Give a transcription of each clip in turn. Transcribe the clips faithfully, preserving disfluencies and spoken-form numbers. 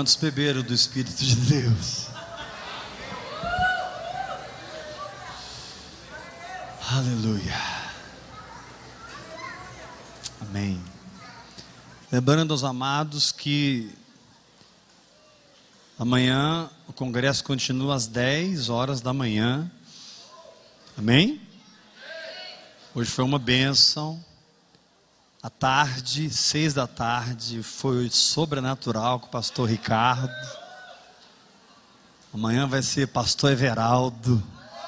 Quantos beberam do Espírito de Deus? Aleluia. Amém. Lembrando aos amados que amanhã o congresso continua às dez horas da manhã. Amém? Hoje foi uma bênção. À tarde, seis da tarde, foi sobrenatural com o pastor Ricardo. Amanhã vai ser pastor Everaldo.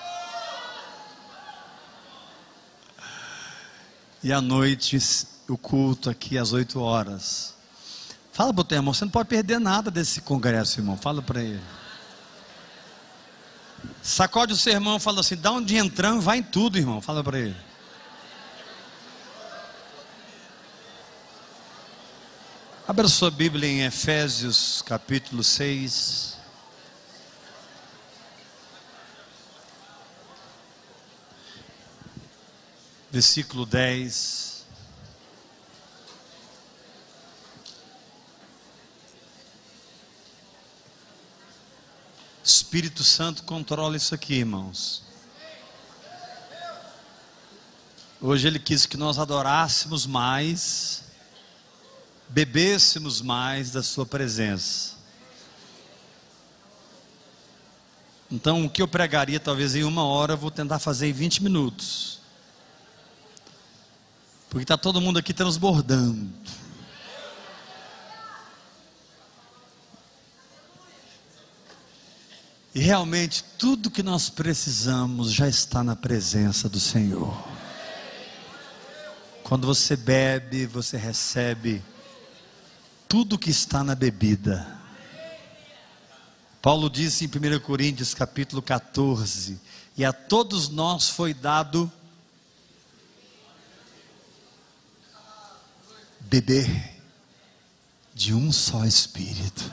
E à noite, o culto aqui às oito horas. Fala para o teu irmão, você não pode perder nada desse congresso, irmão. Fala para ele. Sacode o seu irmão e fala assim, dá onde entrando, vai em tudo, irmão. Fala para ele. Abra sua Bíblia em Efésios capítulo seis. Versículo dez. Espírito Santo controla isso aqui, irmãos. Hoje Ele quis que nós adorássemos mais, bebêssemos mais da sua presença. Então o que eu pregaria talvez em uma hora, eu vou tentar fazer em vinte minutos. Porque está todo mundo aqui transbordando. E realmente tudo que nós precisamos já está na presença do Senhor. Quando você bebe, você recebe tudo que está na bebida. Paulo disse em primeira Coríntios capítulo quatorze: e a todos nós foi dado beber de um só Espírito.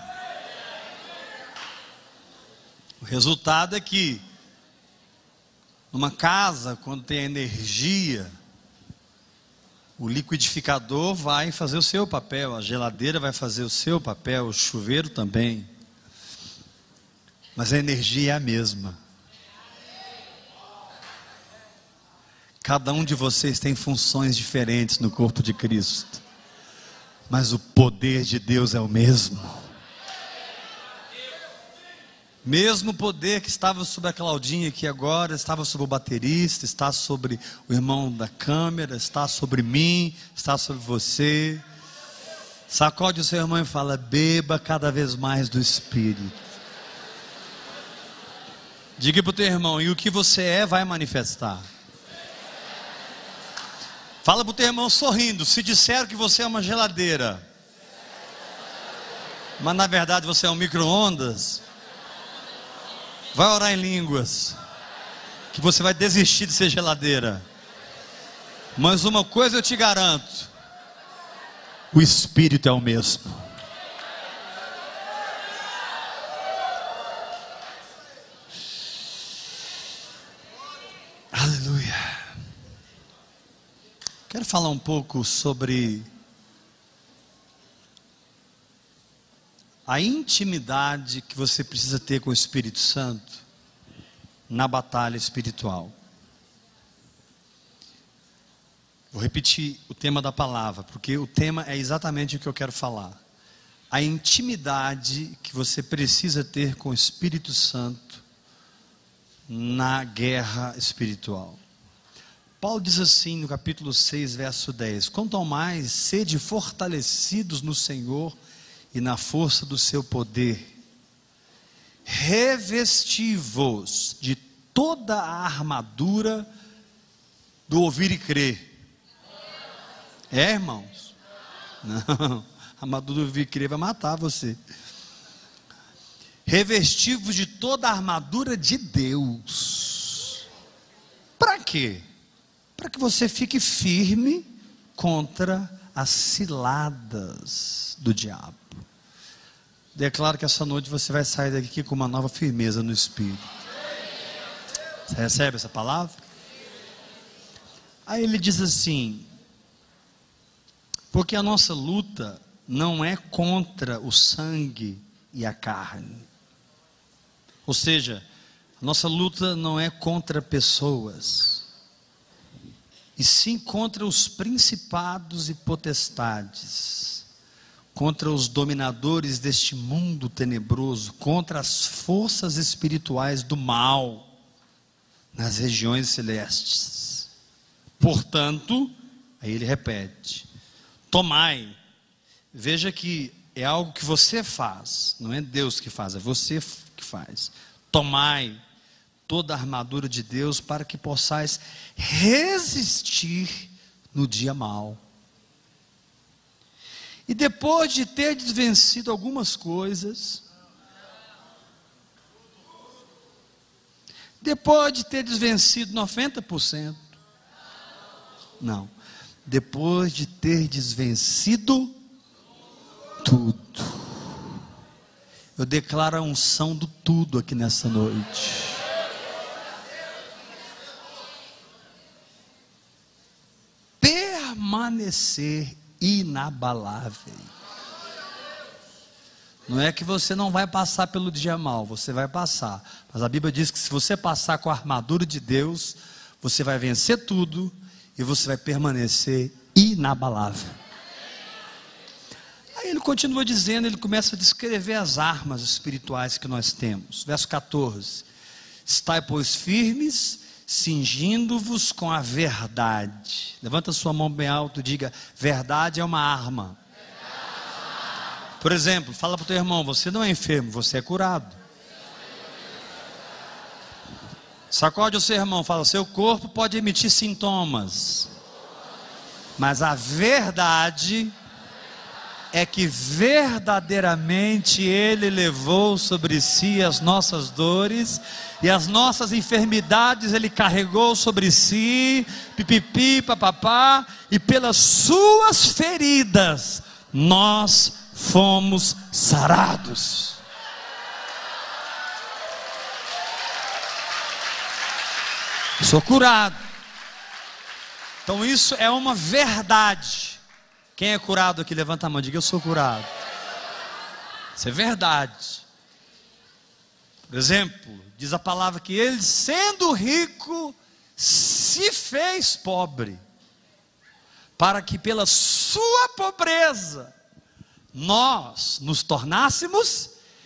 O resultado é que numa casa, quando tem energia, o liquidificador vai fazer o seu papel, a geladeira vai fazer o seu papel, o chuveiro também. Mas a energia é a mesma. Cada um de vocês tem funções diferentes no corpo de Cristo, mas o poder de Deus é o mesmo. Mesmo poder que estava sobre a Claudinha aqui agora, estava sobre o baterista, está sobre o irmão da câmera, está sobre mim, está sobre você. Sacode o seu irmão e fala: beba cada vez mais do Espírito. Diga para o teu irmão: e o que você é vai manifestar. Fala para o teu irmão sorrindo: se disseram que você é uma geladeira, mas na verdade você é um micro-ondas, vai orar em línguas, que você vai desistir de ser geladeira. Mas uma coisa eu te garanto: o Espírito é o mesmo. Aleluia. Quero falar um pouco sobre a intimidade que você precisa ter com o Espírito Santo na batalha espiritual. Vou repetir o tema da palavra, porque o tema é exatamente o que eu quero falar. A intimidade que você precisa ter com o Espírito Santo na guerra espiritual. Paulo diz assim no capítulo seis, verso dez: quanto ao mais, sede fortalecidos no Senhor e na força do seu poder, revesti-vos de toda a armadura do ouvir e crer. É, irmãos? Não, a armadura do ouvir e crer vai matar você. Revesti-vos de toda a armadura de Deus. Para quê? Para que você fique firme contra as ciladas do diabo. Declaro que essa noite você vai sair daqui com uma nova firmeza no Espírito. Você recebe essa palavra? Aí ele diz assim: porque a nossa luta não é contra o sangue e a carne. Ou seja, a nossa luta não é contra pessoas, e sim contra os principados e potestades, contra os dominadores deste mundo tenebroso, contra as forças espirituais do mal nas regiões celestes. Portanto, aí ele repete: tomai. Veja que é algo que você faz, não é Deus que faz, é você que faz. Tomai toda a armadura de Deus para que possais resistir no dia mau. E depois de ter vencido algumas coisas, depois de ter vencido noventa por cento, não, depois de ter vencido tudo, eu declaro a unção do tudo aqui nessa noite. Permanecer inabalável. Não é que você não vai passar pelo dia mal, você vai passar. Mas a Bíblia diz que se você passar com a armadura de Deus, você vai vencer tudo e você vai permanecer inabalável. Aí ele continua dizendo, ele começa a descrever as armas espirituais que nós temos. Verso quatorze: estai, pois, firmes, cingindo-vos com a verdade. Levanta sua mão bem alto e diga: verdade é uma arma. Por exemplo, fala para o teu irmão: você não é enfermo, você é curado. Sacode o seu irmão, fala: seu corpo pode emitir sintomas, mas a verdade é que verdadeiramente Ele levou sobre si as nossas dores, e as nossas enfermidades Ele carregou sobre si, pipipi, papapá, e pelas suas feridas nós fomos sarados. Sou curado. Então isso é uma verdade. Quem é curado aqui? Levanta a mão, diga: eu sou curado. Isso é verdade. Por exemplo, diz a palavra que ele, sendo rico, se fez pobre, para que pela sua pobreza nós nos tornássemos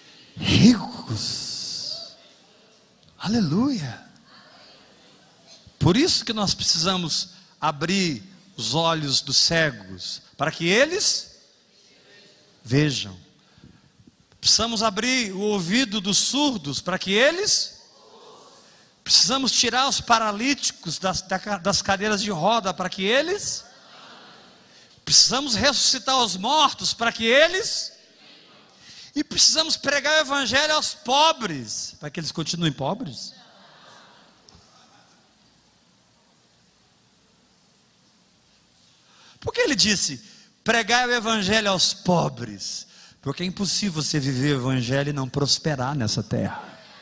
ricos. Aleluia. Por isso que nós precisamos abrir os olhos dos cegos, para que eles vejam. Precisamos abrir o ouvido dos surdos, para que eles... Precisamos tirar os paralíticos das, das cadeiras de roda, para que eles... Precisamos ressuscitar os mortos, para que eles... E precisamos pregar o evangelho aos pobres, para que eles continuem pobres. Por que ele disse: pregar o evangelho aos pobres? Porque é impossível você viver o evangelho e não prosperar nessa terra.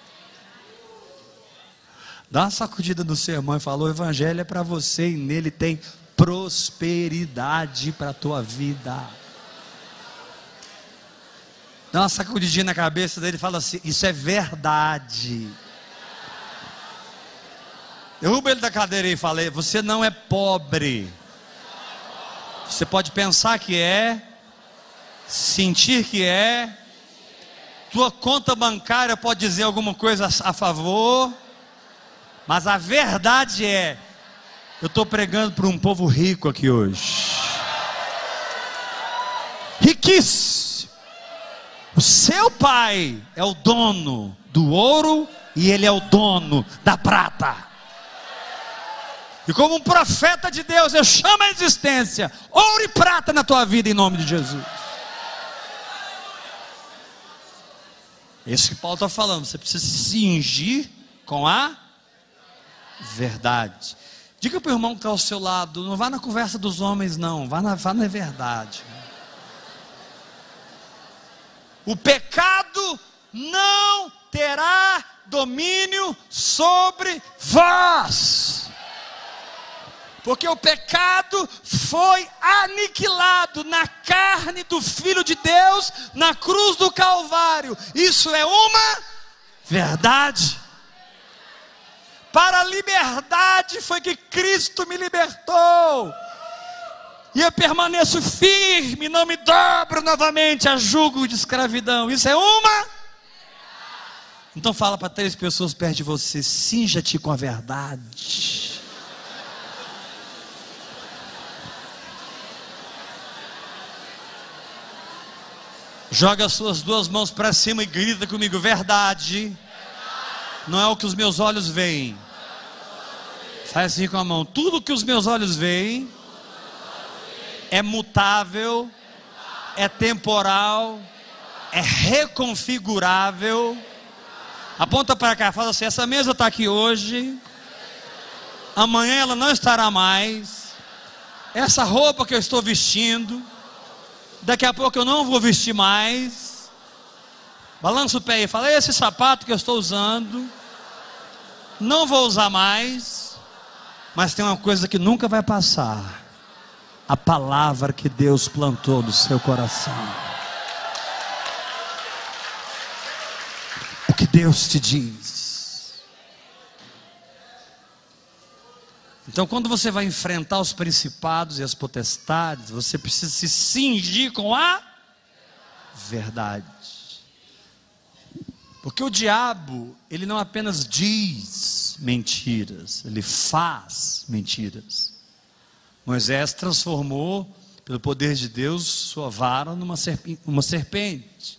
Dá uma sacudida no seu irmão e fala: o evangelho é para você e nele tem prosperidade para a tua vida. Dá uma sacudidinha na cabeça dele e fala assim: isso é verdade. Derruba ele da cadeira e fala: você não é pobre. Você pode pensar que é, sentir que é, tua conta bancária pode dizer alguma coisa a favor, mas a verdade é: eu estou pregando para um povo rico aqui hoje, riquíssimo. O seu pai é o dono do ouro e ele é o dono da prata. E como um profeta de Deus, eu chamo a existência ouro e prata na tua vida, em nome de Jesus. É isso que Paulo está falando. Você precisa se cingir com a verdade. Diga para o irmão que está ao seu lado: não vá na conversa dos homens, não, vá na, vá na verdade. O pecado não terá domínio sobre vós. Porque o pecado foi aniquilado na carne do Filho de Deus, na cruz do Calvário. Isso é uma verdade. Para a liberdade foi que Cristo me libertou. E eu permaneço firme, não me dobro novamente a jugo de escravidão. Isso é uma. Então fala para três pessoas perto de você: cinja-te com a verdade. Joga as suas duas mãos para cima e grita comigo: verdade. Não é o que os meus olhos veem. Faz assim com a mão: tudo que os meus olhos veem é mutável, é temporal, é reconfigurável. Aponta para cá, fala assim: essa mesa está aqui hoje, amanhã ela não estará mais. Essa roupa que eu estou vestindo, daqui a pouco eu não vou vestir mais. Balança o pé e fala: esse sapato que eu estou usando, não vou usar mais. Mas tem uma coisa que nunca vai passar: a palavra que Deus plantou no seu coração. O que Deus te diz. Então, quando você vai enfrentar os principados e as potestades, você precisa se cingir com a verdade. Porque o diabo, ele não apenas diz mentiras, ele faz mentiras. Moisés transformou, pelo poder de Deus, sua vara numa serpente, uma serpente.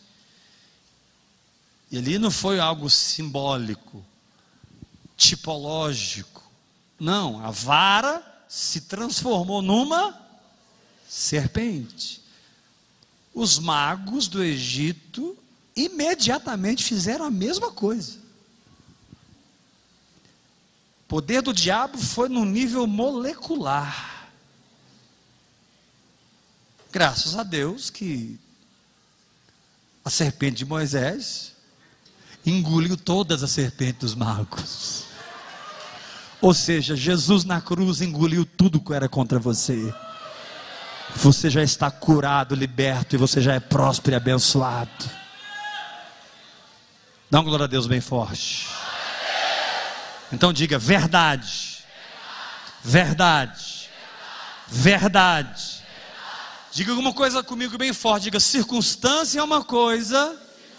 E ali não foi algo simbólico, tipológico. Não, a vara se transformou numa serpente. Os magos do Egito imediatamente fizeram a mesma coisa. O poder do diabo foi no nível molecular. Graças a Deus que a serpente de Moisés engoliu todas as serpentes dos magos. Ou seja, Jesus na cruz engoliu tudo que era contra você. Você já está curado, liberto, e você já é próspero e abençoado. Dá uma glória a Deus bem forte. Então diga: verdade. Verdade. Verdade. Diga alguma coisa comigo bem forte. Diga: circunstância é uma coisa,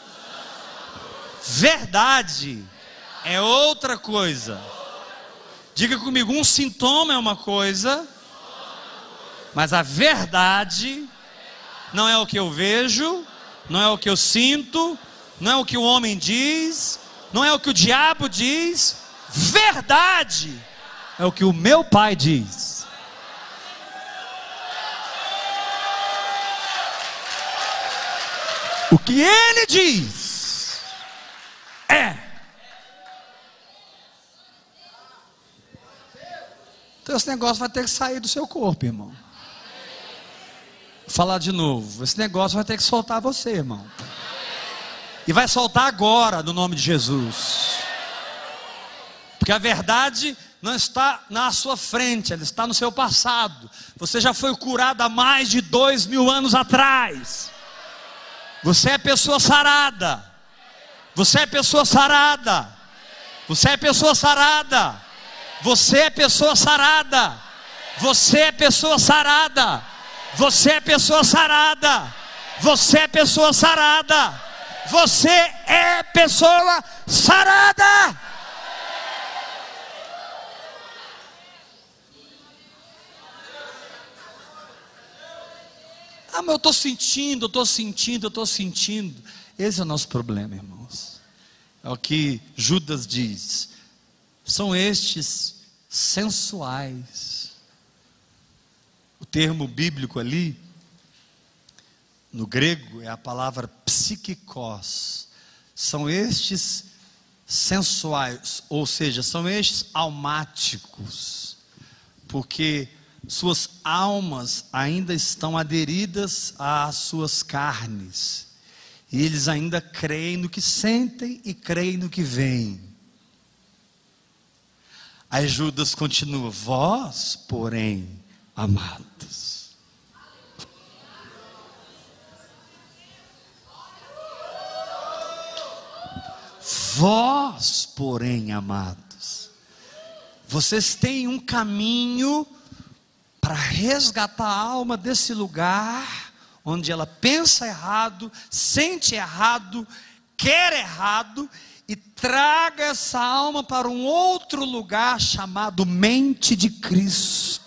verdade é outra coisa. Diga comigo: um sintoma é uma coisa, mas a verdade não é o que eu vejo, não é o que eu sinto, não é o que o homem diz, não é o que o diabo diz. Verdade é o que o meu Pai diz. O que Ele diz é. Então esse negócio vai ter que sair do seu corpo, irmão. Vou falar de novo: esse negócio vai ter que soltar você, irmão. E vai soltar agora, no nome de Jesus. Porque a verdade não está na sua frente, ela está no seu passado. Você já foi curado há mais de dois mil anos atrás. Você é pessoa sarada. Você é pessoa sarada. Você é pessoa sarada. Você é pessoa sarada. Você é pessoa sarada. Você é pessoa sarada. Você é pessoa sarada. Você é pessoa sarada. Ah, mas eu estou sentindo, eu estou sentindo, eu estou sentindo. Esse é o nosso problema, irmãos. É o que Judas diz: são estes sensuais. O termo bíblico ali, no grego, é a palavra psikikos. São estes sensuais, ou seja, são estes almáticos, porque suas almas ainda estão aderidas às suas carnes, e eles ainda creem no que sentem e creem no que veem. Aí Judas continua: vós, porém, amados. Vós, porém, amados, vocês têm um caminho para resgatar a alma desse lugar onde ela pensa errado, sente errado, quer errado, e traga essa alma para um outro lugar chamado mente de Cristo.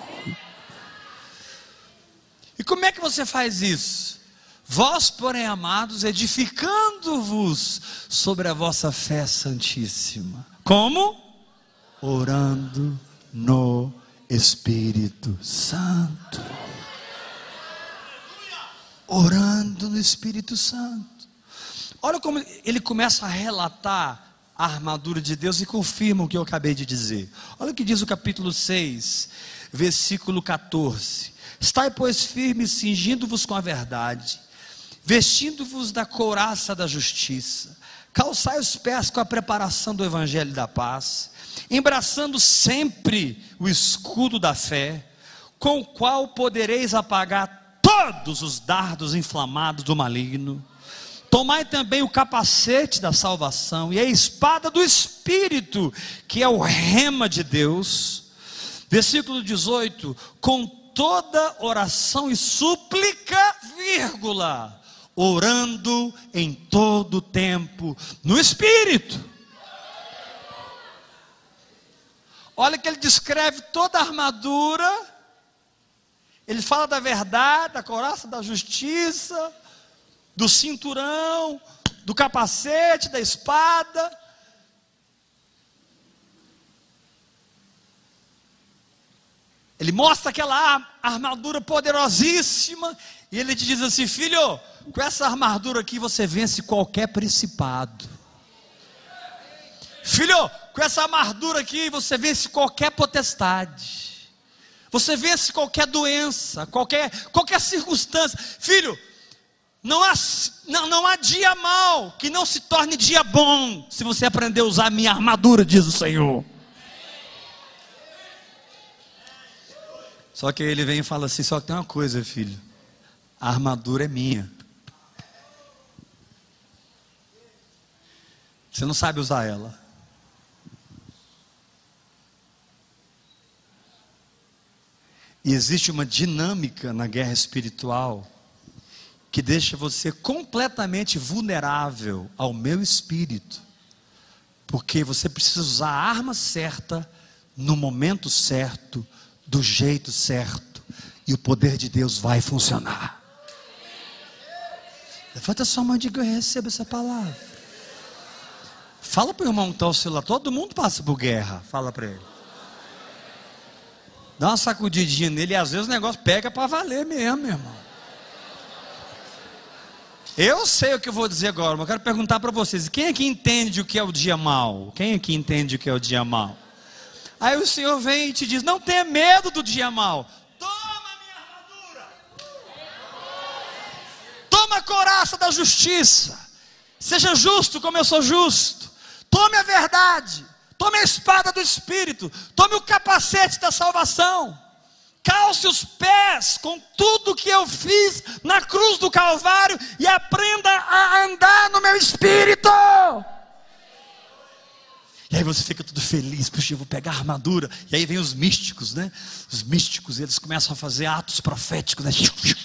E como é que você faz isso? Vós, porém, amados, edificando-vos sobre a vossa fé santíssima. Como? Orando no Espírito Santo. Orando no Espírito Santo. Olha como ele começa a relatar a armadura de Deus e confirma o que eu acabei de dizer. Olha o que diz o capítulo seis, versículo quatorze. Estai, pois, firmes, cingindo-vos com a verdade, vestindo-vos da couraça da justiça, calçai os pés com a preparação do evangelho da paz, embraçando sempre o escudo da fé, com o qual podereis apagar todos os dardos inflamados do maligno. Tomai também o capacete da salvação e a espada do Espírito, que é o rema de Deus. Versículo dezoito: com toda oração e súplica, vírgula, orando em todo tempo no Espírito. Olha que ele descreve toda a armadura. Ele fala da verdade, da couraça da justiça, do cinturão, do capacete, da espada. Ele mostra aquela armadura poderosíssima, e ele te diz assim: filho, com essa armadura aqui você vence qualquer principado. Filho, com essa armadura aqui você vence qualquer potestade. Você vence qualquer doença, qualquer, qualquer circunstância. Filho, Não há, não, não há dia mau que não se torne dia bom, se você aprender a usar a minha armadura, diz o Senhor. Só que ele vem e fala assim: só que tem uma coisa, filho, a armadura é minha, você não sabe usar ela. E existe uma dinâmica na guerra espiritual que deixa você completamente vulnerável ao meu espírito, porque você precisa usar a arma certa, no momento certo, do jeito certo, e o poder de Deus vai funcionar. Levanta sua mão e diga: eu recebo essa palavra. Fala para o irmão que está ao seu lado: todo mundo passa por guerra. Fala para ele, dá uma sacudidinha nele, e às vezes o negócio pega para valer mesmo, meu irmão. Eu sei o que eu vou dizer agora, mas eu quero perguntar para vocês: quem aqui entende o que é o dia mau? Quem aqui entende o que é o dia mau? Aí o Senhor vem e te diz: não tenha medo do dia mau. Toma a minha armadura. Toma a couraça da justiça. Seja justo como eu sou justo. Tome a verdade. Tome a espada do Espírito. Tome o capacete da salvação. Calce os pés com tudo que eu fiz na cruz do Calvário e aprenda a andar no meu Espírito. E aí você fica tudo feliz: puxa, eu vou pegar a armadura. E aí vem os místicos, né? Os místicos, eles começam a fazer atos proféticos, né?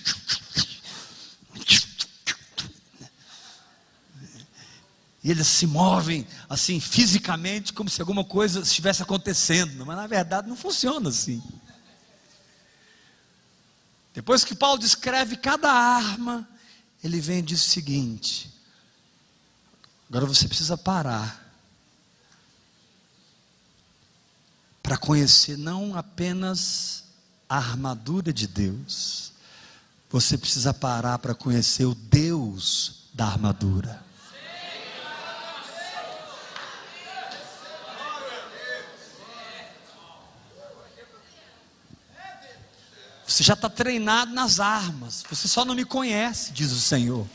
E eles se movem assim fisicamente, como se alguma coisa estivesse acontecendo, mas na verdade não funciona assim. Depois que Paulo descreve cada arma, ele vem e diz o seguinte: agora você precisa parar para conhecer não apenas a armadura de Deus, você precisa parar para conhecer o Deus da armadura. Você já está treinado nas armas, você só não me conhece, diz o Senhor.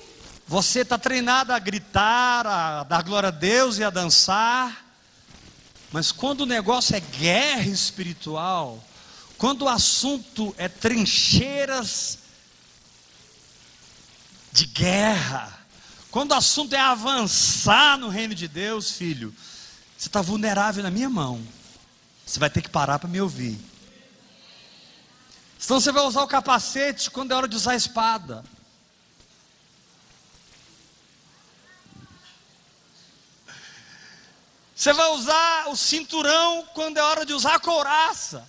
Você está treinado a gritar, a dar glória a Deus e a dançar, Mas quando o negócio é guerra espiritual, quando o assunto é trincheiras de guerra, quando o assunto é avançar no reino de Deus, filho, você está vulnerável na minha mão. Você vai ter que parar para me ouvir. Senão você vai usar o capacete quando é hora de usar a espada. Você vai usar o cinturão quando é hora de usar a couraça.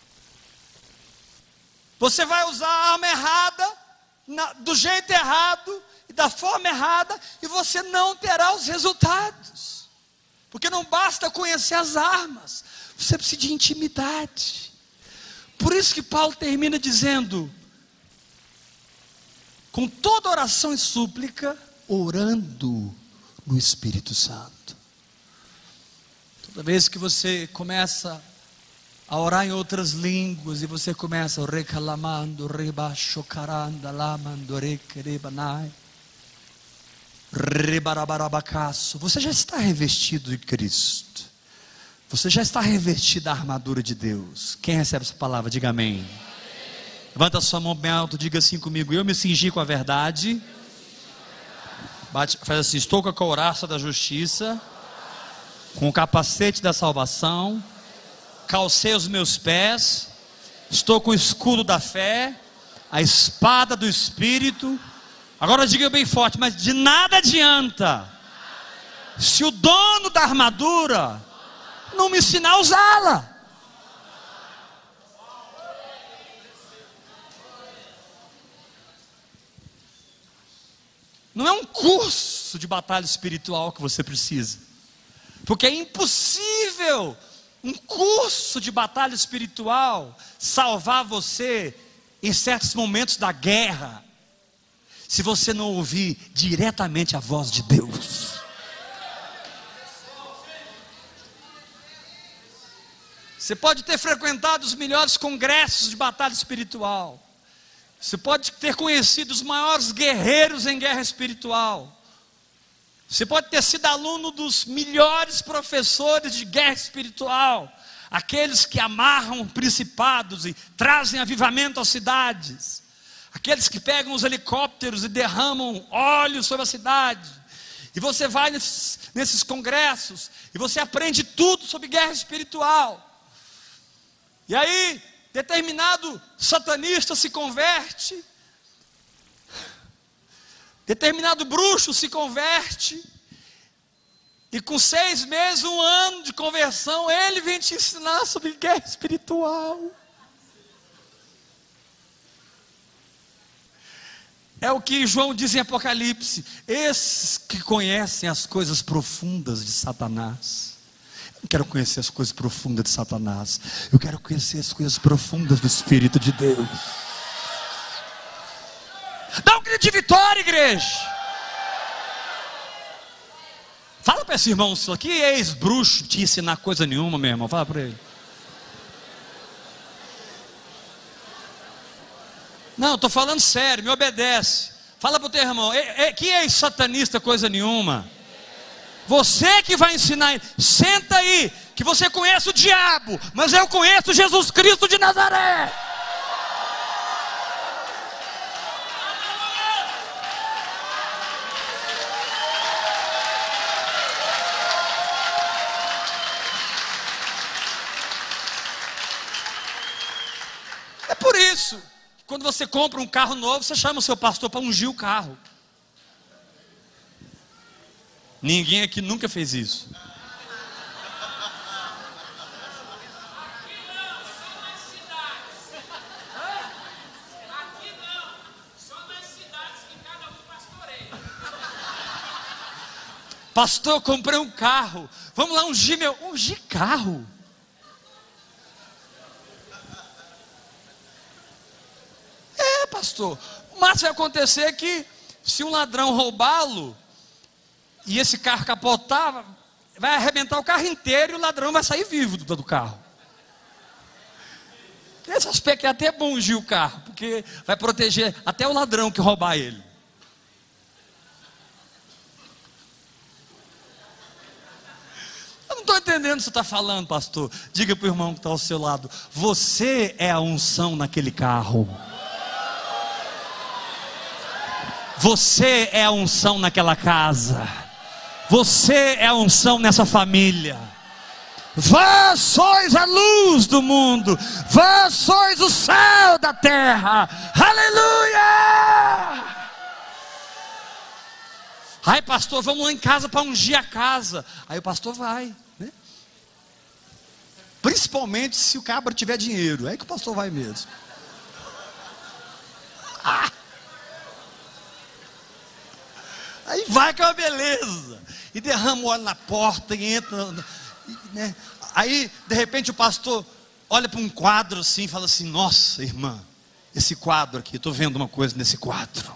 Você vai usar a arma errada, na, do jeito errado e da forma errada, e você não terá os resultados. Porque não basta conhecer as armas, você precisa de intimidade. Por isso que Paulo termina dizendo: com toda oração e súplica, orando no Espírito Santo. Toda vez que você começa a orar em outras línguas e você começa recalamando, rebaixocaranda, lamando, requerebanai, rebarabarabacaço, você já está revestido de Cristo. Você já está revestido da armadura de Deus. Quem recebe essa palavra, diga amém. Amém. Levanta a sua mão bem alto, diga assim comigo: eu me cingi com a verdade. Bate, faz assim: estou com a couraça da justiça, com o capacete da salvação, calcei os meus pés, estou com o escudo da fé, a espada do Espírito. Agora diga bem forte: mas de nada adianta se o dono da armadura não me ensinar a usá-la. Não é um curso de batalha espiritual que você precisa, porque é impossível um curso de batalha espiritual salvar você em certos momentos da guerra, se você não ouvir diretamente a voz de Deus. Você pode ter frequentado os melhores congressos de batalha espiritual, você pode ter conhecido os maiores guerreiros em guerra espiritual, você pode ter sido aluno dos melhores professores de guerra espiritual, aqueles que amarram principados e trazem avivamento às cidades, aqueles que pegam os helicópteros e derramam óleo sobre a cidade. E você vai nesses, nesses congressos e você aprende tudo sobre guerra espiritual. E aí, determinado satanista se converte, determinado bruxo se converte, e com seis meses, um ano de conversão, ele vem te ensinar sobre guerra espiritual. É o que João diz em Apocalipse: esses que conhecem as coisas profundas de Satanás. Eu não quero conhecer as coisas profundas de Satanás, eu quero conhecer as coisas profundas do Espírito de Deus. Dá um grito de vitória, igreja. Fala para esse irmão: isso aqui é ex-bruxo te ensinar coisa nenhuma, meu irmão. Fala para ele. Não, estou falando sério, me obedece. Fala para o teu irmão: é, é, que é satanista coisa nenhuma. Você que vai ensinar ele. Senta aí, que você conhece o diabo, mas eu conheço Jesus Cristo de Nazaré. É por isso, quando você compra um carro novo, você chama o seu pastor para ungir o carro. Ninguém aqui nunca fez isso. Pastor, eu comprei um carro, vamos lá ungir meu... Ungir carro? É, pastor, o máximo vai acontecer é que, se um ladrão roubá-lo e esse carro capotar, vai arrebentar o carro inteiro e o ladrão vai sair vivo do, do carro. Esse aspecto é até bom ungir o carro, porque vai proteger até o ladrão que roubar ele. Eu estou entendendo o que você está falando, pastor. Diga para o irmão que está ao seu lado: você é a unção naquele carro. Você é a unção naquela casa. Você é a unção nessa família. Vós sois a luz do mundo. Vós sois o céu da terra. Aleluia! Ai, pastor, vamos lá em casa para ungir a casa. Aí o pastor vai, né? Principalmente se o cabra tiver dinheiro. É que o pastor vai mesmo. Ah! Aí vai com a beleza. E derrama o óleo na porta e entra, né? Aí de repente o pastor olha para um quadro assim e fala assim: nossa, irmã, esse quadro aqui, estou vendo uma coisa nesse quadro.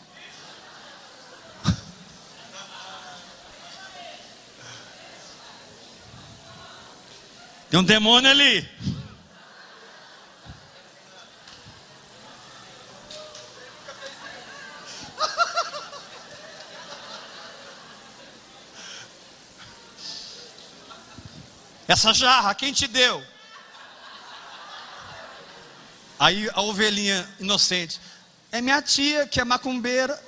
Tem um demônio ali. Essa jarra, quem te deu? Aí a ovelhinha inocente: é minha tia que é macumbeira.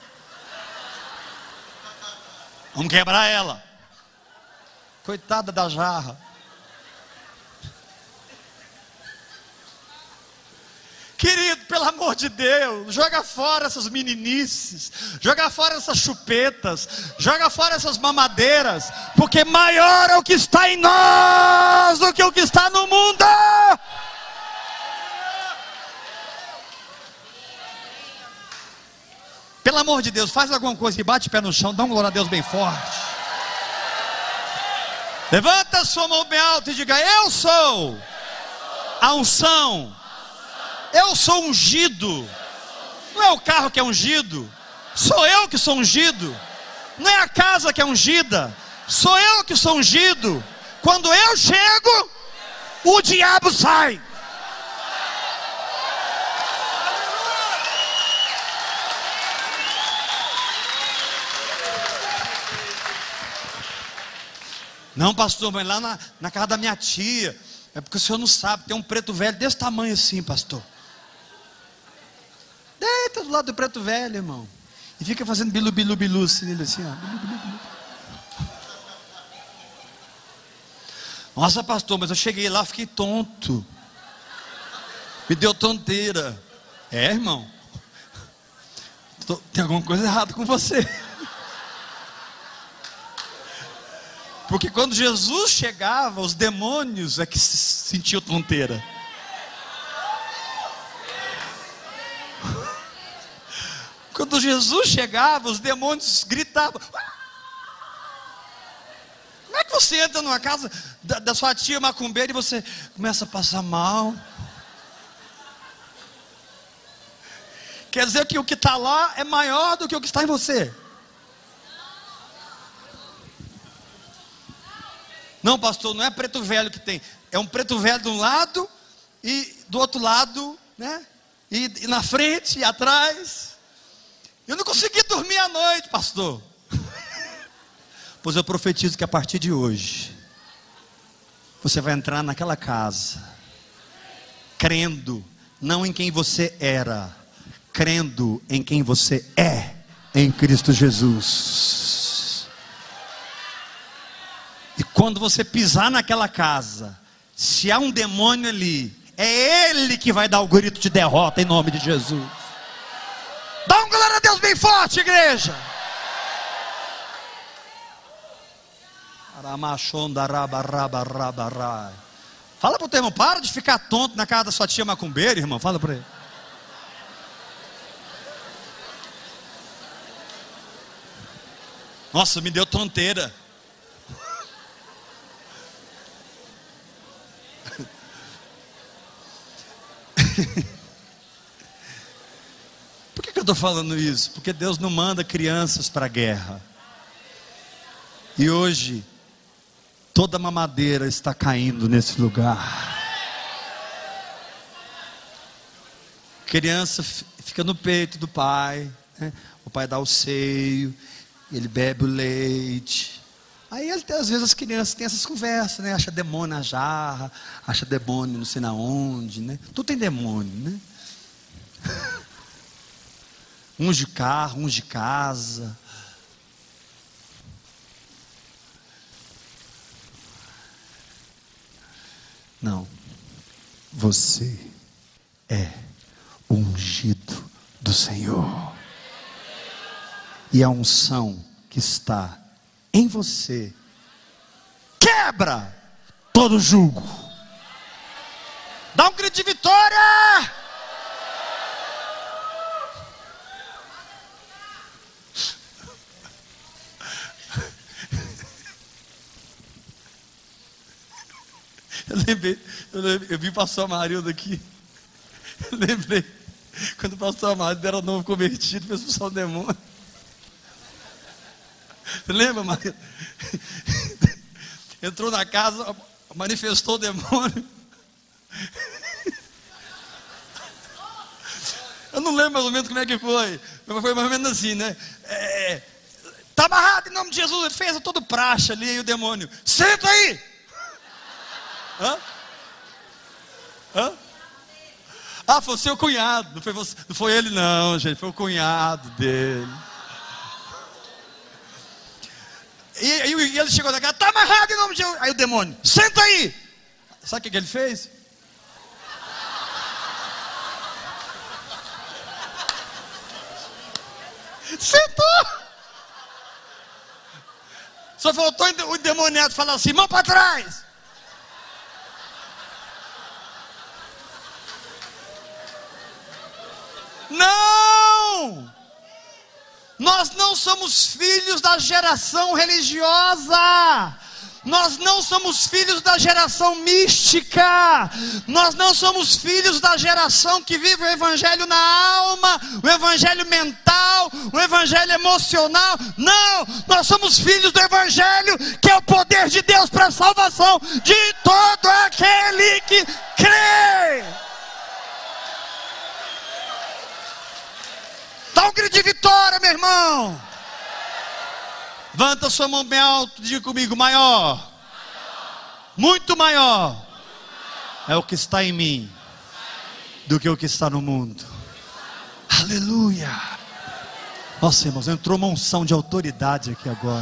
Vamos quebrar ela. Coitada da jarra. Querido, pelo amor de Deus, joga fora essas meninices, joga fora essas chupetas, joga fora essas mamadeiras, porque maior é o que está em nós do que o que está no mundo. Pelo amor de Deus, faz alguma coisa e bate o pé no chão, dá um glória a Deus bem forte. Levanta a sua mão bem alta e diga: eu sou a unção. Eu sou ungido. Não é o carro que é ungido, sou eu que sou ungido. Não é a casa que é ungida, sou eu que sou ungido. Quando eu chego, o diabo sai. Não, pastor, mas lá na, na casa da minha tia, é porque o senhor não sabe, tem um preto velho desse tamanho assim, pastor. Deita do lado do preto velho, irmão, e fica fazendo bilu, bilu, bilu, assim, assim, ó. Bilu, bilu, bilu. Nossa, pastor, mas eu cheguei lá, fiquei tonto. Me deu tonteira. É, irmão, Tô, tem alguma coisa errada com você. Porque quando Jesus chegava, os demônios é que sentiam tonteira. Quando Jesus chegava, os demônios gritavam. Como é que você entra numa casa da, da sua tia macumbeira e você começa a passar mal? Quer dizer que o que está lá é maior do que o que está em você. Não, pastor, não é preto velho que tem. É um preto velho de um lado e do outro lado, né? E, e na frente e atrás. Eu não consegui dormir à noite, pastor. Pois eu profetizo que a partir de hoje você vai entrar naquela casa crendo não em quem você era, crendo em quem você é em Cristo Jesus. E quando você pisar naquela casa, se há um demônio ali, é ele que vai dar o grito de derrota em nome de Jesus. Dá um glória a Deus bem forte, igreja. Fala para o teu irmão: para de ficar tonto na casa da sua tia macumbeira, irmão. Fala para ele. Nossa, me deu tonteira. Por que que eu estou falando isso? Porque Deus não manda crianças para a guerra. E hoje toda a mamadeira está caindo nesse lugar. Criança fica no peito do pai, né? O pai dá o seio, ele bebe o leite, Aí às vezes as crianças têm essas conversas, né? Acha demônio na jarra, acha demônio não sei na onde, né? Tudo tem demônio, né? Uns de carro, uns de casa. Não. Você é o ungido do Senhor. E a unção que está em você quebra todo jugo. Dá um grito de vitória! Eu lembrei, eu, lembrei, eu vi o pastor Amarildo aqui. Eu lembrei, quando o pastor Amarildo era novo convertido, fez expulsar o demônio. Você lembra, Maria? Entrou na casa, manifestou o demônio. Eu não lembro mais ou menos como é que foi. Mas foi mais ou menos assim, né? É, tá amarrado em nome de Jesus. Ele fez todo praxe ali, e o demônio: senta aí! Hã? Hã? Ah, foi o seu cunhado. Não foi, você, não foi ele não, gente. Foi o cunhado dele. E, e, e ele chegou na casa: tá amarrado em nome de Jesus. Aí o demônio: senta aí! Sabe o que, que ele fez? Sentou! Só faltou o endemoniado falar assim: mão para trás! Não! Nós não somos filhos da geração religiosa. Nós não somos filhos da geração mística. Nós não somos filhos da geração que vive o evangelho na alma, o evangelho mental, o evangelho emocional. Não, nós somos filhos do evangelho, que é o poder de Deus para a salvação de todo aquele que crê. Dá um grito de vitória, meu irmão. Levanta sua mão bem alto, diga comigo: maior, maior. Muito maior, muito maior é o que está em mim do que o que está no mundo. Aleluia. Nossa, irmãos, entrou uma unção de autoridade aqui agora.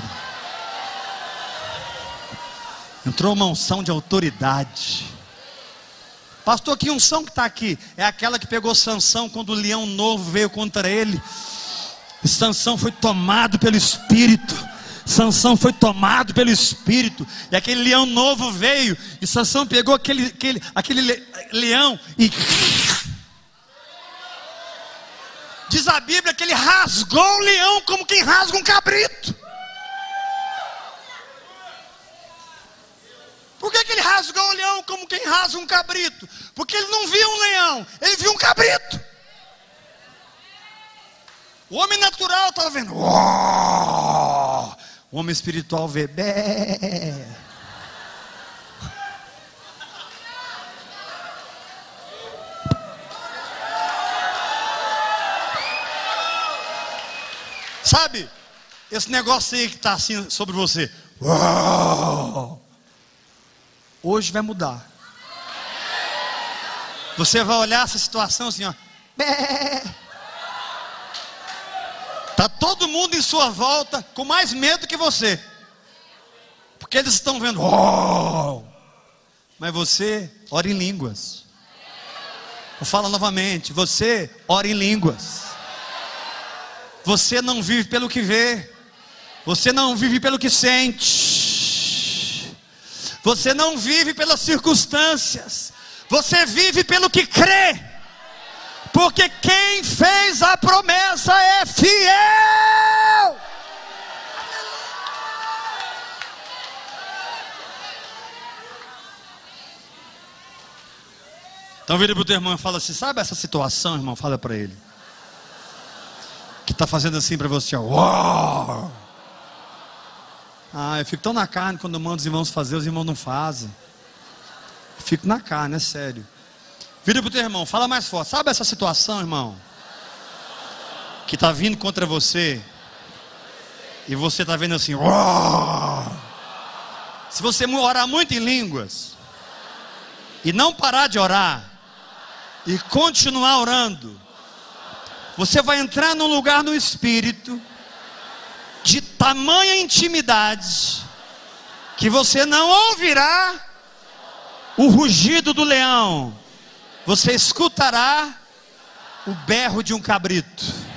Entrou uma unção de autoridade. Pastor, que unção que está aqui? É aquela que pegou Sansão quando o leão novo veio contra ele. E Sansão foi tomado pelo Espírito. Sansão foi tomado pelo Espírito. E aquele leão novo veio. E Sansão pegou aquele, aquele, aquele leão e... diz a Bíblia que ele rasgou o leão como quem rasga um cabrito. Por que, que ele rasgou o leão como quem rasga um cabrito? Porque ele não viu um leão, ele viu um cabrito. O homem natural estava vendo. Uou! O homem espiritual vê. Bé. Sabe, esse negócio aí que está assim sobre você. Uou! Hoje vai mudar. Você vai olhar essa situação assim, ó. Tá todo mundo em sua volta com mais medo que você, porque eles estão vendo. Oh! Mas você ora em línguas. Eu falo novamente: você ora em línguas. Você não vive pelo que vê. Você não vive pelo que sente. Você não vive pelas circunstâncias. Você vive pelo que crê. Porque quem fez a promessa é fiel. Então vira para o teu irmão e fala assim: sabe essa situação, irmão? Fala para ele. Que está fazendo assim para você, ó. Uau! Ah, eu fico tão na carne quando eu mando os irmãos fazer, os irmãos não fazem. Eu fico na carne, é sério. Vira para o teu irmão, fala mais forte. Sabe essa situação, irmão? Que está vindo contra você. E você está vendo assim. Uau! Se você orar muito em línguas e não parar de orar e continuar orando, você vai entrar num lugar no espírito de tamanha intimidade que você não ouvirá o rugido do leão, você escutará o berro de um cabrito.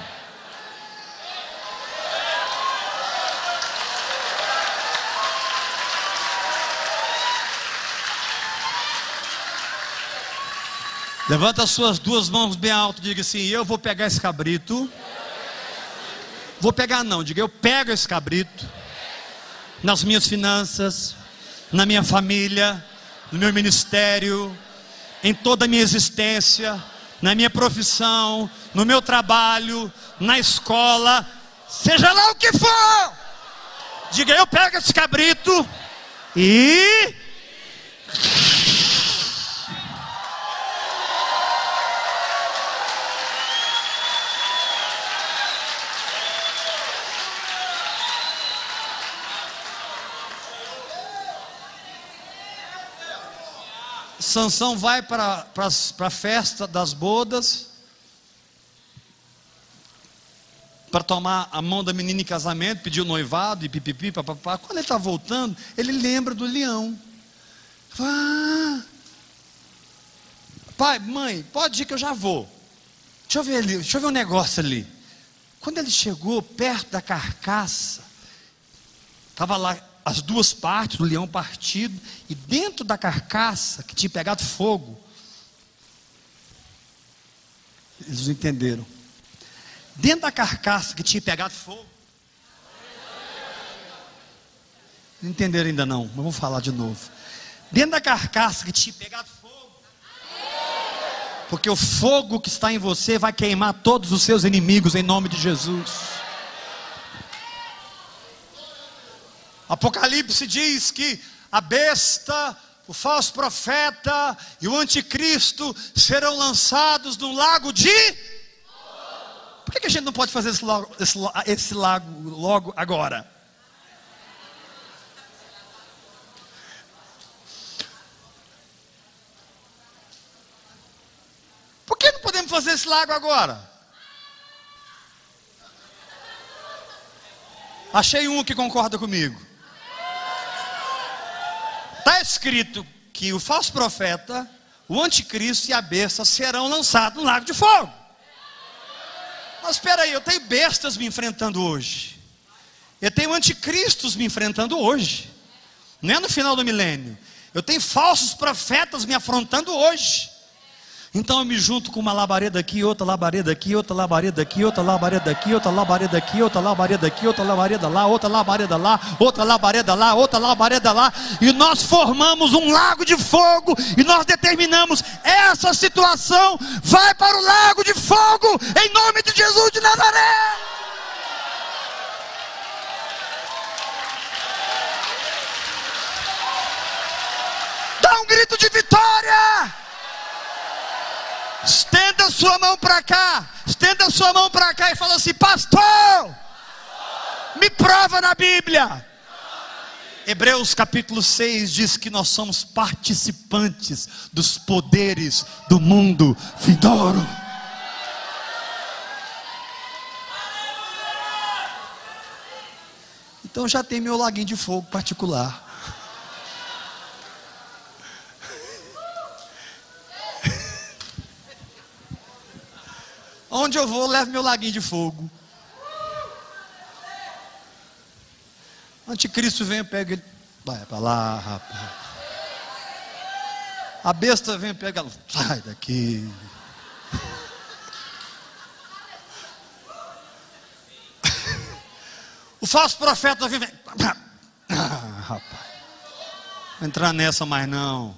Levanta as suas duas mãos bem alto e diga assim: eu vou pegar esse cabrito. Vou pegar não, diga: eu pego esse cabrito nas minhas finanças, na minha família, no meu ministério, em toda a minha existência, na minha profissão, no meu trabalho, na escola, seja lá o que for. Diga: eu pego esse cabrito e... Sansão vai para a festa das bodas, para tomar a mão da menina em casamento, pedir o noivado e pipipi, papapá. Quando ele está voltando, ele lembra do leão. Ah, pai, mãe, pode ir que eu já vou. Deixa eu ver ali, deixa eu ver um negócio ali. Quando ele chegou perto da carcaça, estava lá as duas partes do leão partido, e dentro da carcaça que tinha pegado fogo, eles não entenderam. Dentro da carcaça que tinha pegado fogo, não entenderam ainda não, mas vou falar de novo. Dentro da carcaça que tinha pegado fogo, porque o fogo que está em você vai queimar todos os seus inimigos em nome de Jesus. Apocalipse diz que a besta, o falso profeta e o anticristo serão lançados no lago de... Por que a gente não pode fazer esse lago, esse, esse lago logo agora? Por que não podemos fazer esse lago agora? Achei um que concorda comigo. Está escrito que o falso profeta, o anticristo e a besta serão lançados no lago de fogo. Mas espera aí, eu tenho bestas me enfrentando hoje. Eu tenho anticristos me enfrentando hoje. Não é no final do milênio. Eu tenho falsos profetas me afrontando hoje. Então eu me junto com uma labareda aqui, outra labareda aqui, outra labareda aqui, outra labareda aqui, outra labareda aqui, outra labareda aqui, outra labareda lá, outra labareda lá, outra labareda lá, outra labareda lá, e nós formamos um lago de fogo, e nós determinamos: essa situação vai para o lago de fogo, em nome de Jesus de Nazaré. Dá um grito de vitória! Estenda sua mão para cá, estenda sua mão para cá e fala assim: pastor, me prova na Bíblia. Hebreus capítulo seis diz que nós somos participantes dos poderes do mundo vindouro. Então já tem meu laguinho de fogo particular. Onde eu vou, eu levo meu laguinho de fogo. Anticristo vem e pega ele. Vai para lá, rapaz. A besta vem e pega ela. Sai daqui. O falso profeta vem. vem. Ah, rapaz. Não entrar nessa mais não.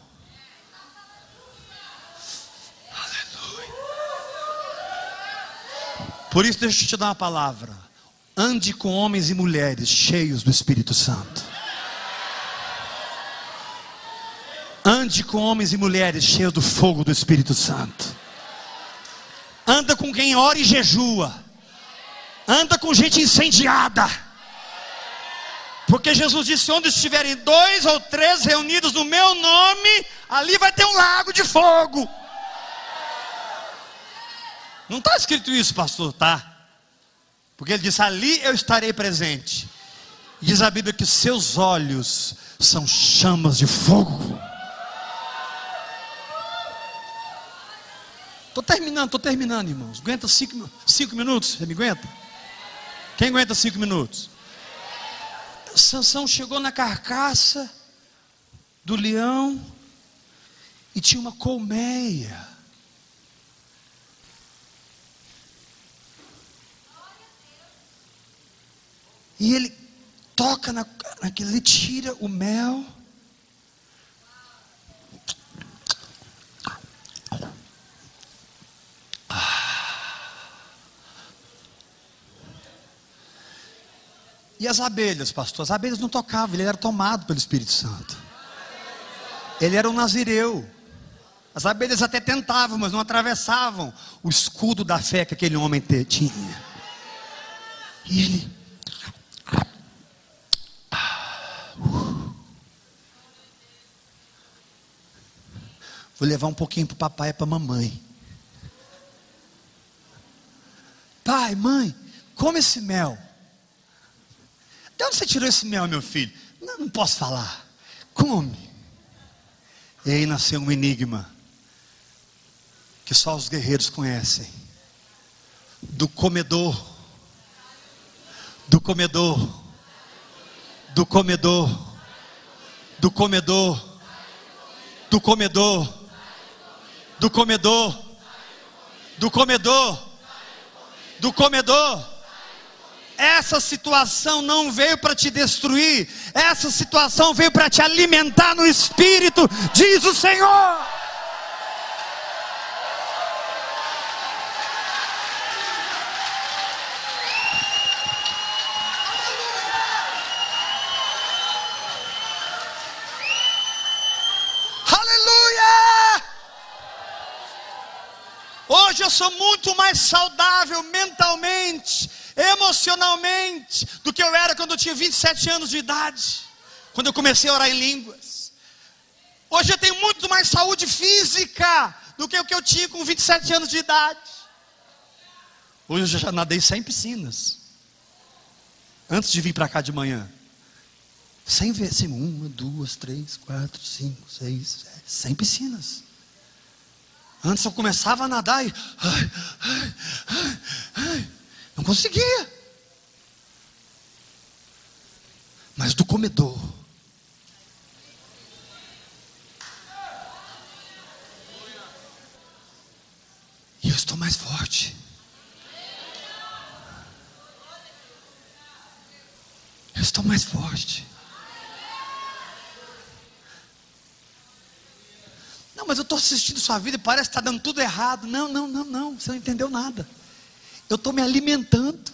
Por isso deixa eu te dar uma palavra: ande com homens e mulheres cheios do Espírito Santo. Ande com homens e mulheres cheios do fogo do Espírito Santo. Anda com quem ora e jejua. Anda com gente incendiada. Porque Jesus disse: onde estiverem dois ou três reunidos no meu nome, ali vai ter um lago de fogo. Não está escrito isso, pastor, tá? Porque ele disse: ali eu estarei presente. Diz a Bíblia que seus olhos são chamas de fogo. Estou terminando, estou terminando, irmãos. Aguenta cinco, cinco minutos? Você me aguenta? Quem aguenta cinco minutos? Sansão chegou na carcaça do leão e tinha uma colmeia. E ele toca na, naquele, ele tira o mel. E as abelhas, pastor? As abelhas não tocavam, ele era tomado pelo Espírito Santo. Ele era um nazireu. As abelhas até tentavam, mas não atravessavam o escudo da fé que aquele homem tinha. E ele... Vou levar um pouquinho para o papai e para a mamãe. Pai, mãe, come esse mel. De onde você tirou esse mel, meu filho? Não, não posso falar. Come. E aí nasceu um enigma que só os guerreiros conhecem. Do comedor. Do comedor. Do comedor. Do comedor. Do comedor. Do comedor. Do comedor. Do comedor. Essa situação não veio para te destruir. Essa situação veio para te alimentar no Espírito, diz o Senhor. Hoje eu sou muito mais saudável mentalmente, emocionalmente, do que eu era quando eu tinha vinte e sete anos de idade, quando eu comecei a orar em línguas. Hoje eu tenho muito mais saúde física do que o que eu tinha com vinte e sete anos de idade. Hoje eu já nadei cem piscinas, antes de vir para cá de manhã. cem vezes, uma, duas, três, quatro, cinco, seis, sete, cem piscinas. Antes eu começava a nadar e ai, ai, ai, ai, não conseguia. Mas do comedor, e eu estou mais forte. Eu estou mais forte. Não, mas eu estou assistindo sua vida e parece que está dando tudo errado. Não, não, não, não, você não entendeu nada. Eu estou me alimentando.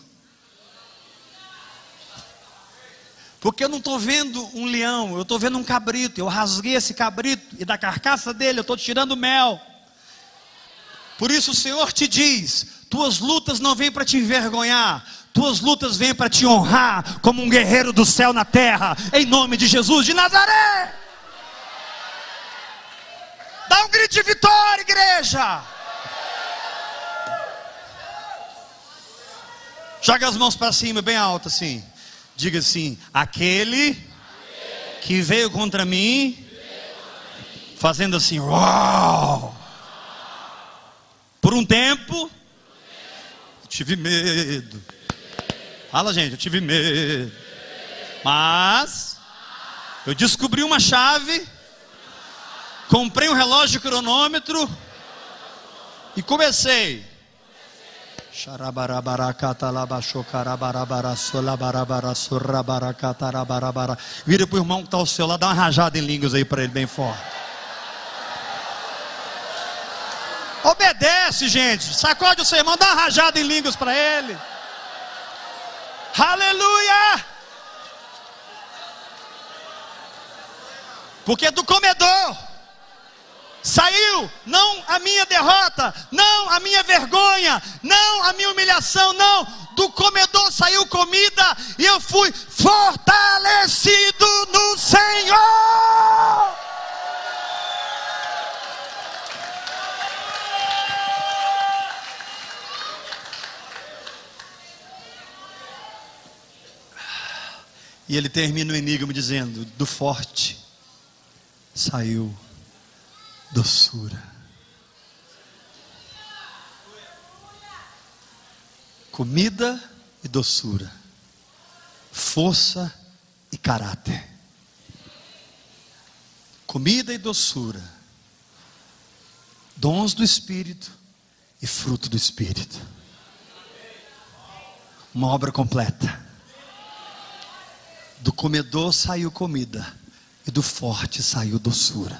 Porque eu não estou vendo um leão, eu estou vendo um cabrito. Eu rasguei esse cabrito e da carcaça dele eu estou tirando mel. Por isso o Senhor te diz: tuas lutas não vêm para te envergonhar, tuas lutas vêm para te honrar como um guerreiro do céu na terra, em nome de Jesus de Nazaré. Dá um grito de vitória, igreja. Joga as mãos para cima, bem alto assim. Diga assim: aquele que veio contra mim, fazendo assim, uau. Por um tempo, eu tive medo. Fala, gente, eu tive medo. Mas eu descobri uma chave. Comprei um relógio cronômetro e comecei. Vira para o irmão que está ao seu lado, dá uma rajada em línguas aí para ele bem forte. Obedece, gente. Sacode o seu irmão, dá uma rajada em línguas para ele. Aleluia! Porque do comedor saiu não a minha derrota, não a minha vergonha, não a minha humilhação, não, do comedor saiu comida, e eu fui fortalecido no Senhor. E ele termina o enigma dizendo: do forte saiu doçura. Comida e doçura, força e caráter. Comida e doçura, dons do Espírito e fruto do Espírito. Uma obra completa. Do comedor saiu comida, e do forte saiu doçura.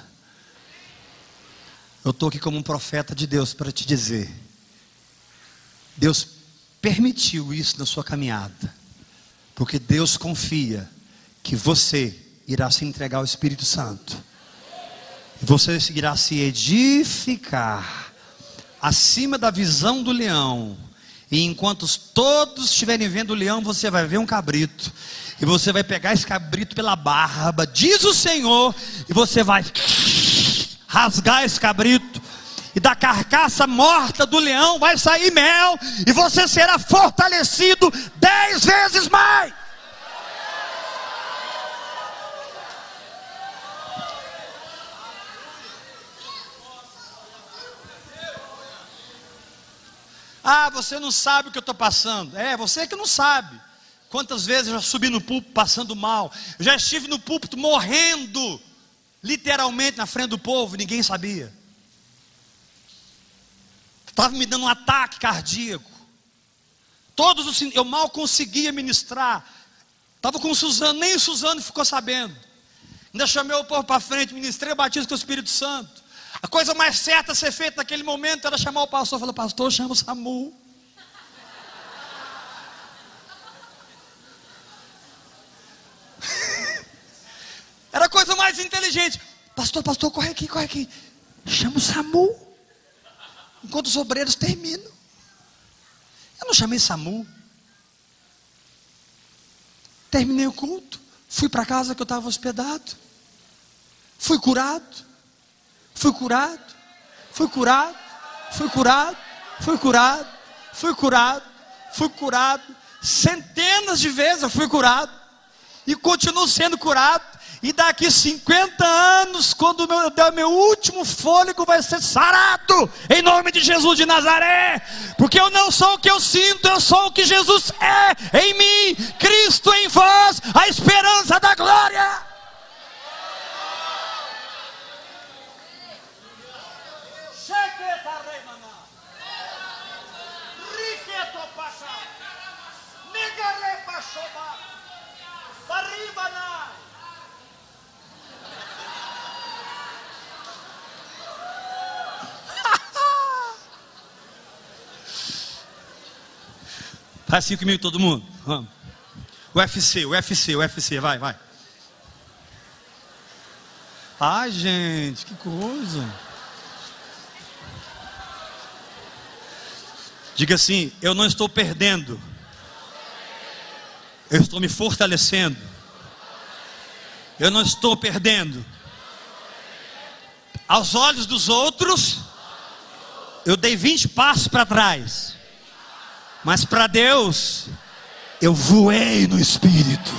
Eu estou aqui como um profeta de Deus para te dizer: Deus permitiu isso na sua caminhada, porque Deus confia que você irá se entregar ao Espírito Santo, e você irá se edificar acima da visão do leão. E enquanto todos estiverem vendo o leão, você vai ver um cabrito, e você vai pegar esse cabrito pela barba, diz o Senhor, e você vai rasgar esse cabrito, e da carcaça morta do leão vai sair mel, e você será fortalecido dez vezes mais. Ah, você não sabe o que eu estou passando. É, você que não sabe. Quantas vezes eu já subi no púlpito passando mal, eu já estive no púlpito morrendo, literalmente na frente do povo, ninguém sabia. Estava me dando um ataque cardíaco. Todos os, eu mal conseguia ministrar. Estava com o Suzano, nem o Suzano ficou sabendo. Ainda chamei o povo para frente, ministrei o batismo com o Espírito Santo. A coisa mais certa a ser feita naquele momento era chamar o pastor. Falei: pastor, chama o SAMU. Era a coisa mais inteligente. Pastor, pastor, corre aqui, corre aqui. Chama o SAMU, enquanto os obreiros terminam. Eu não chamei SAMU. Terminei o culto, fui para casa que eu estava hospedado, fui curado. Fui curado, fui curado, fui curado, fui curado, fui curado, fui curado, centenas de vezes eu fui curado, e continuo sendo curado, e daqui cinquenta anos, quando eu der o meu último fôlego, vai ser sarado, em nome de Jesus de Nazaré, porque eu não sou o que eu sinto, eu sou o que Jesus é em mim, Cristo em vós, a esperança da glória. Faz assim comigo todo mundo. Vamos. U F C, U F C, U F C, vai, vai. Ai, gente, que coisa. Diga assim: eu não estou perdendo, eu estou me fortalecendo. Eu não estou perdendo. Aos olhos dos outros, eu dei vinte passos para trás, mas para Deus, eu voei no Espírito.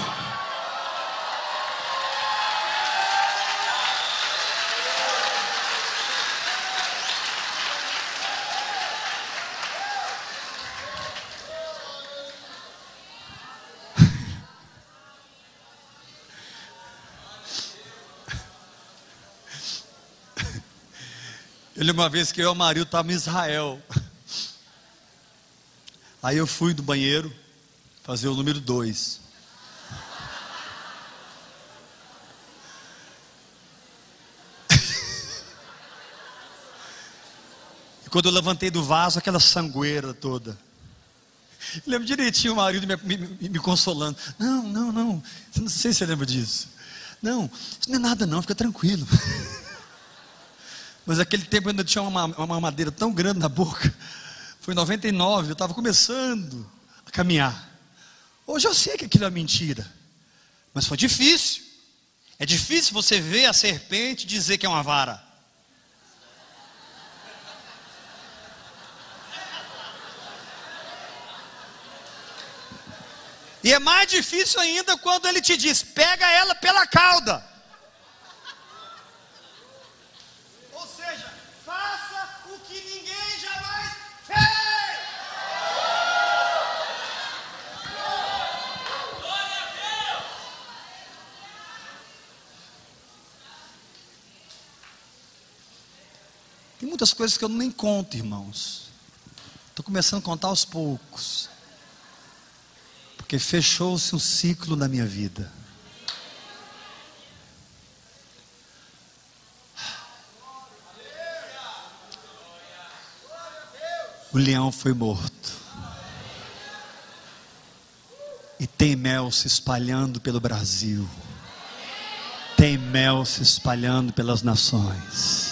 Eu lembro uma vez que eu e o marido estávamos em Israel. Aí eu fui do banheiro fazer o número dois. E quando eu levantei do vaso, aquela sangueira toda. Eu lembro direitinho o marido me, me, me consolando. Não, não, não. Não sei se você lembra disso. Não, isso não é nada não, fica tranquilo. Mas naquele tempo eu ainda tinha uma, uma madeira tão grande na boca. Foi em noventa e nove, eu estava começando a caminhar. Hoje eu sei que aquilo é mentira, mas foi difícil. É difícil você ver a serpente e dizer que é uma vara. E é mais difícil ainda quando ele te diz: pega ela pela cauda. Ou seja, faça o que ninguém jamais fez. Tem muitas coisas que eu nem conto, irmãos. Estou começando a contar aos poucos. Porque fechou-se um ciclo na minha vida. O leão foi morto. E tem mel se espalhando pelo Brasil. Tem mel se espalhando pelas nações.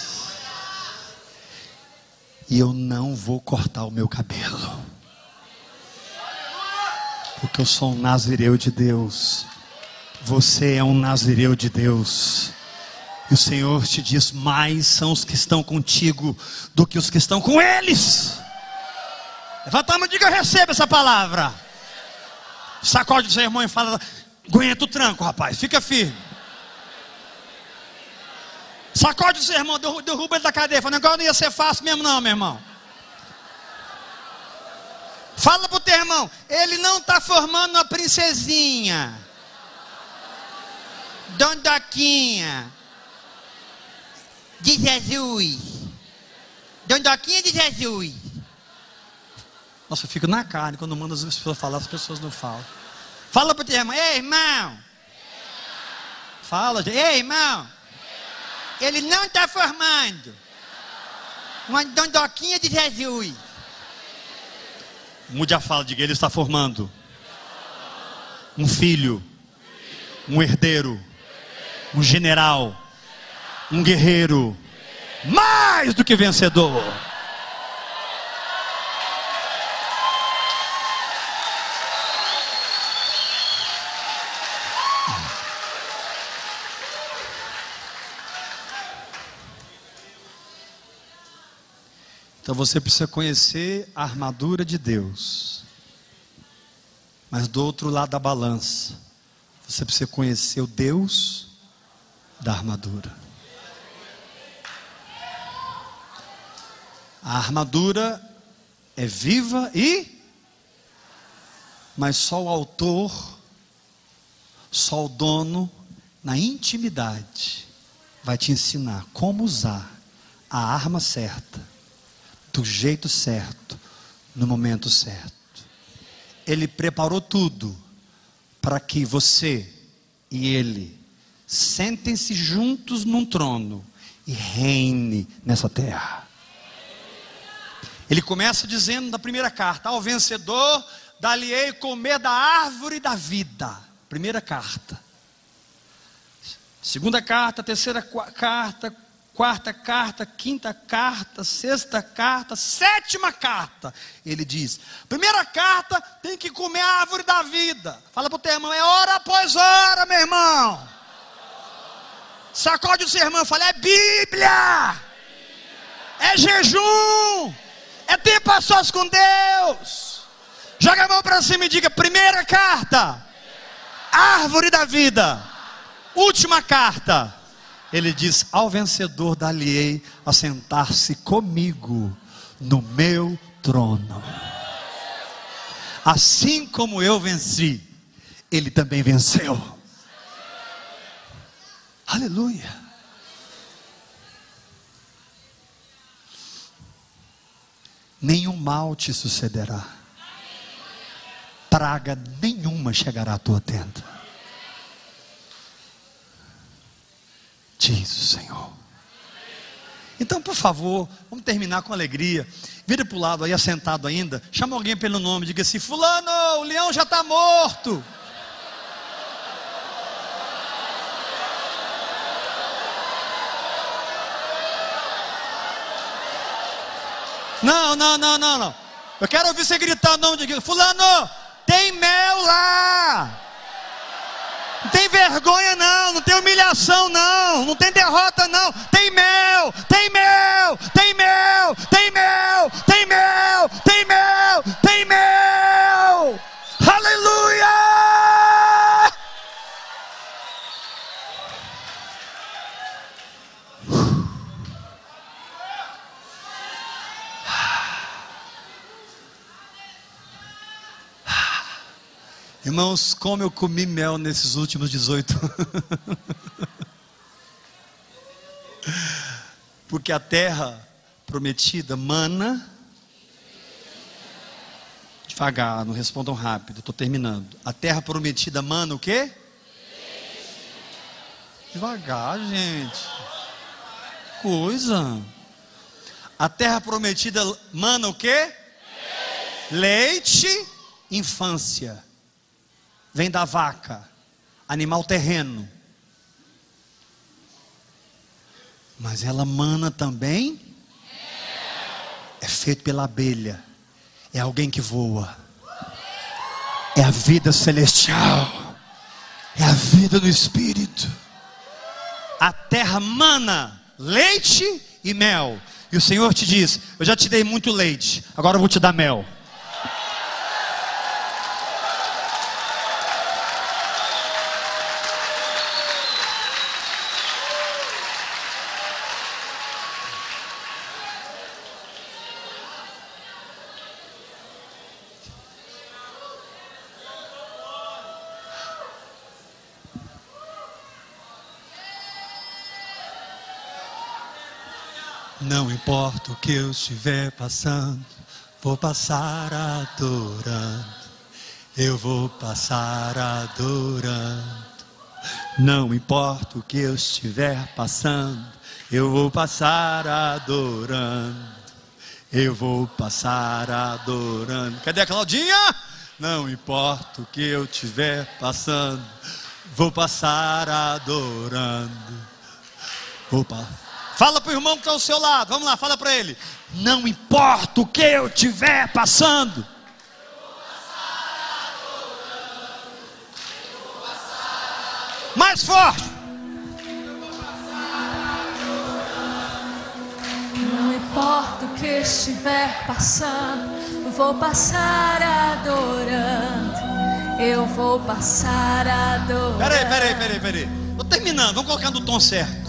E eu não vou cortar o meu cabelo. Porque eu sou um nazireu de Deus. Você é um nazireu de Deus. E o Senhor te diz: mais são os que estão contigo do que os que estão com eles. Levanta a mão e diga: eu recebo essa palavra. Sacode o seu irmão e fala: aguenta o tranco, rapaz, fica firme. Sacode o seu irmão, derruba ele da cadeira. Fala: o negócio não ia ser fácil mesmo não, meu irmão. Fala para o teu irmão: ele não está formando uma princesinha, Dondoquinha de Jesus. Dondoquinha de Jesus. Nossa, eu fico na carne quando mando as pessoas falar, as pessoas não falam. Fala para o teu irmão: ei, irmão. Fala, ei, irmão. Ele não está formando uma Dondoquinha de Jesus. Mude a fala, diga: ele está formando um filho, um herdeiro, um general, um guerreiro, mais do que vencedor. Então você precisa conhecer a armadura de Deus. Mas do outro lado da balança, você precisa conhecer o Deus da armadura. A armadura é viva e... mas só o autor, só o dono, na intimidade, vai te ensinar como usar a arma certa, do jeito certo, no momento certo. Ele preparou tudo para que você e ele sentem-se juntos num trono e reine nessa terra. Ele começa dizendo na primeira carta: ao vencedor dar-lhe-ei comer da árvore da vida. Primeira carta. Segunda carta, terceira carta, quarta carta, quinta carta, sexta carta, sétima carta. Ele diz: primeira carta, tem que comer a árvore da vida. Fala para o teu irmão: é hora após hora, meu irmão. Sacode o seu irmão e fala: é Bíblia, é jejum, é tempo a sós com Deus. Joga a mão para cima e diga: primeira carta, árvore da vida. Última carta, ele diz: ao vencedor dar-lhe-ei a sentar-se comigo no meu trono. Assim como eu venci, ele também venceu. Aleluia. Nenhum mal te sucederá, praga nenhuma chegará à tua tenda, diz o Senhor. Então, por favor, vamos terminar com alegria. Vira para o lado aí, assentado ainda, chama alguém pelo nome, diga assim: fulano, o leão já está morto. Não, não, não, não, não. Eu quero ouvir você gritar o nome de fulano, Tem mel lá. Não tem vergonha não, não tem humilhação não, não tem derrota não. Tem mel, tem mel, tem mel, tem mel, tem mel, tem mel, tem mel. Aleluia! Irmãos, como eu comi mel nesses últimos dezoito anos. Porque a terra prometida mana. Devagar, não respondam rápido, estou terminando. A terra prometida mana o quê? Devagar, gente. Coisa. A terra prometida mana o quê? Leite, Leite infância. Vem da vaca, animal terreno. Mas ela mana também. É feito pela abelha. É alguém que voa. É a vida celestial. É a vida do Espírito. A terra mana leite e mel. E o Senhor te diz: eu já te dei muito leite, agora eu vou te dar mel. Não importa o que eu estiver passando, vou passar adorando. Eu vou passar adorando. Não importa o que eu estiver passando, eu vou passar adorando. Eu vou passar adorando. Cadê a Claudinha? Não importa o que eu estiver passando, vou passar adorando. Vou passar. Fala para o irmão que está ao seu lado, vamos lá, fala para ele. Não importa o que eu estiver passando, mais forte. Não importa o que estiver passando, vou passar adorando. Eu vou passar adorando. Peraí, peraí, peraí, peraí. Estou terminando, vamos colocar no tom certo.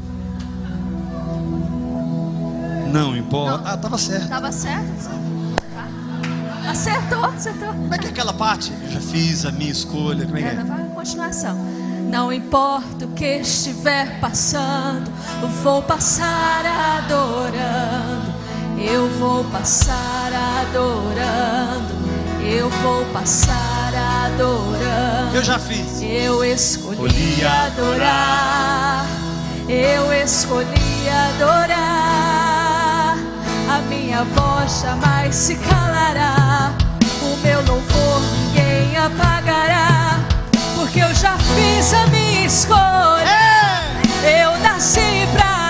Não importa. Ah, estava certo. Estava certo? Tá. Acertou, acertou. Como é que é aquela parte? Eu já fiz a minha escolha. Como é que é? Vai, continuação. Não importa o que estiver passando, eu vou passar adorando. Eu vou passar adorando. Eu vou passar adorando. Eu já fiz. Eu escolhi adorar. Eu escolhi adorar. A minha voz jamais se calará. O meu louvor ninguém apagará. Porque eu já fiz a minha escolha. É. Eu nasci pra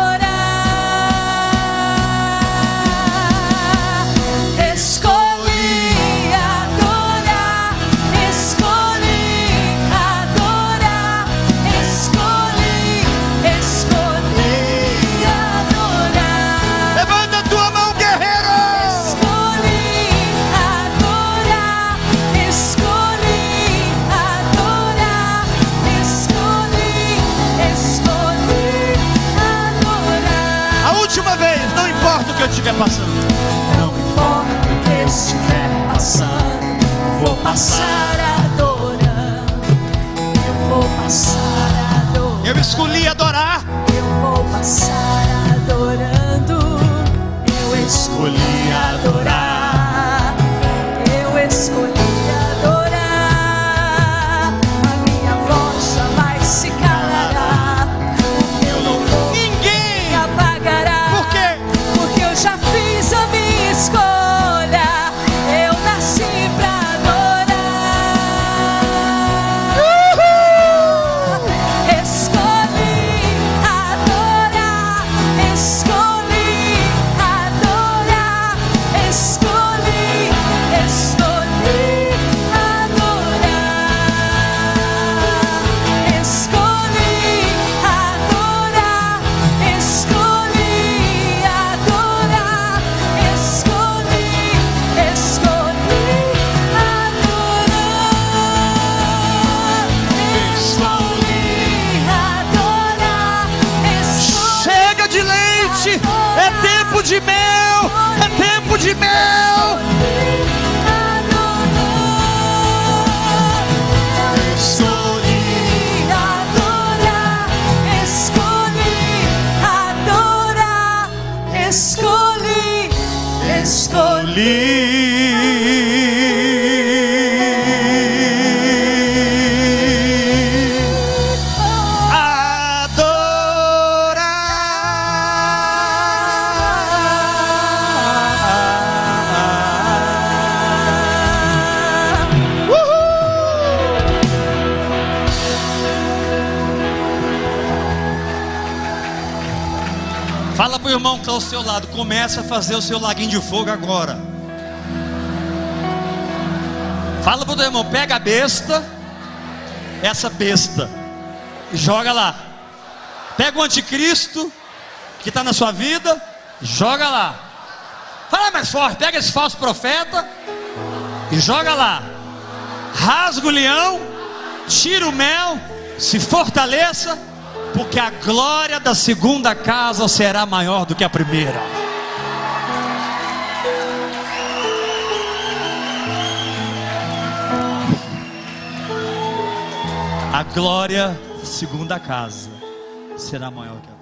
adorar. Escolhi adorar. Escolhi adorar. Escolhi, escolhi adorar. Levanta a tua mão, guerreiro. Escolhi adorar. Escolhi adorar. Escolhi, escolhi adorar. A última vez, não importa o que eu estiver passando. Não importa o que estiver passando, vou passar adorando. Eu vou passar adorando. Eu escolhi adorar. Eu vou passar adorando. Eu escolhi adorar. Eu escolhi adorar. A minha voz jamais se calará. O meu louvor Ninguém. apagará. Por quê? Porque eu já fiz a minha escolha. Eu nasci pra adorar. Uhul! Escolhi adorar. Escolhi adorar. Escolhi forte. É tempo de mel. É tempo de mel. Escolhi adorar, escolhi adorar, escolhi, escolhi. Fala para o irmão que está ao seu lado, começa a fazer o seu laguinho de fogo agora. Fala para o teu irmão, pega a besta, essa besta, e joga lá. Pega o anticristo que está na sua vida, joga lá. Fala mais forte, pega esse falso profeta e joga lá. Rasga o leão, tira o mel, se fortaleça, porque a glória da segunda casa será maior do que a primeira. A glória da segunda casa será maior que a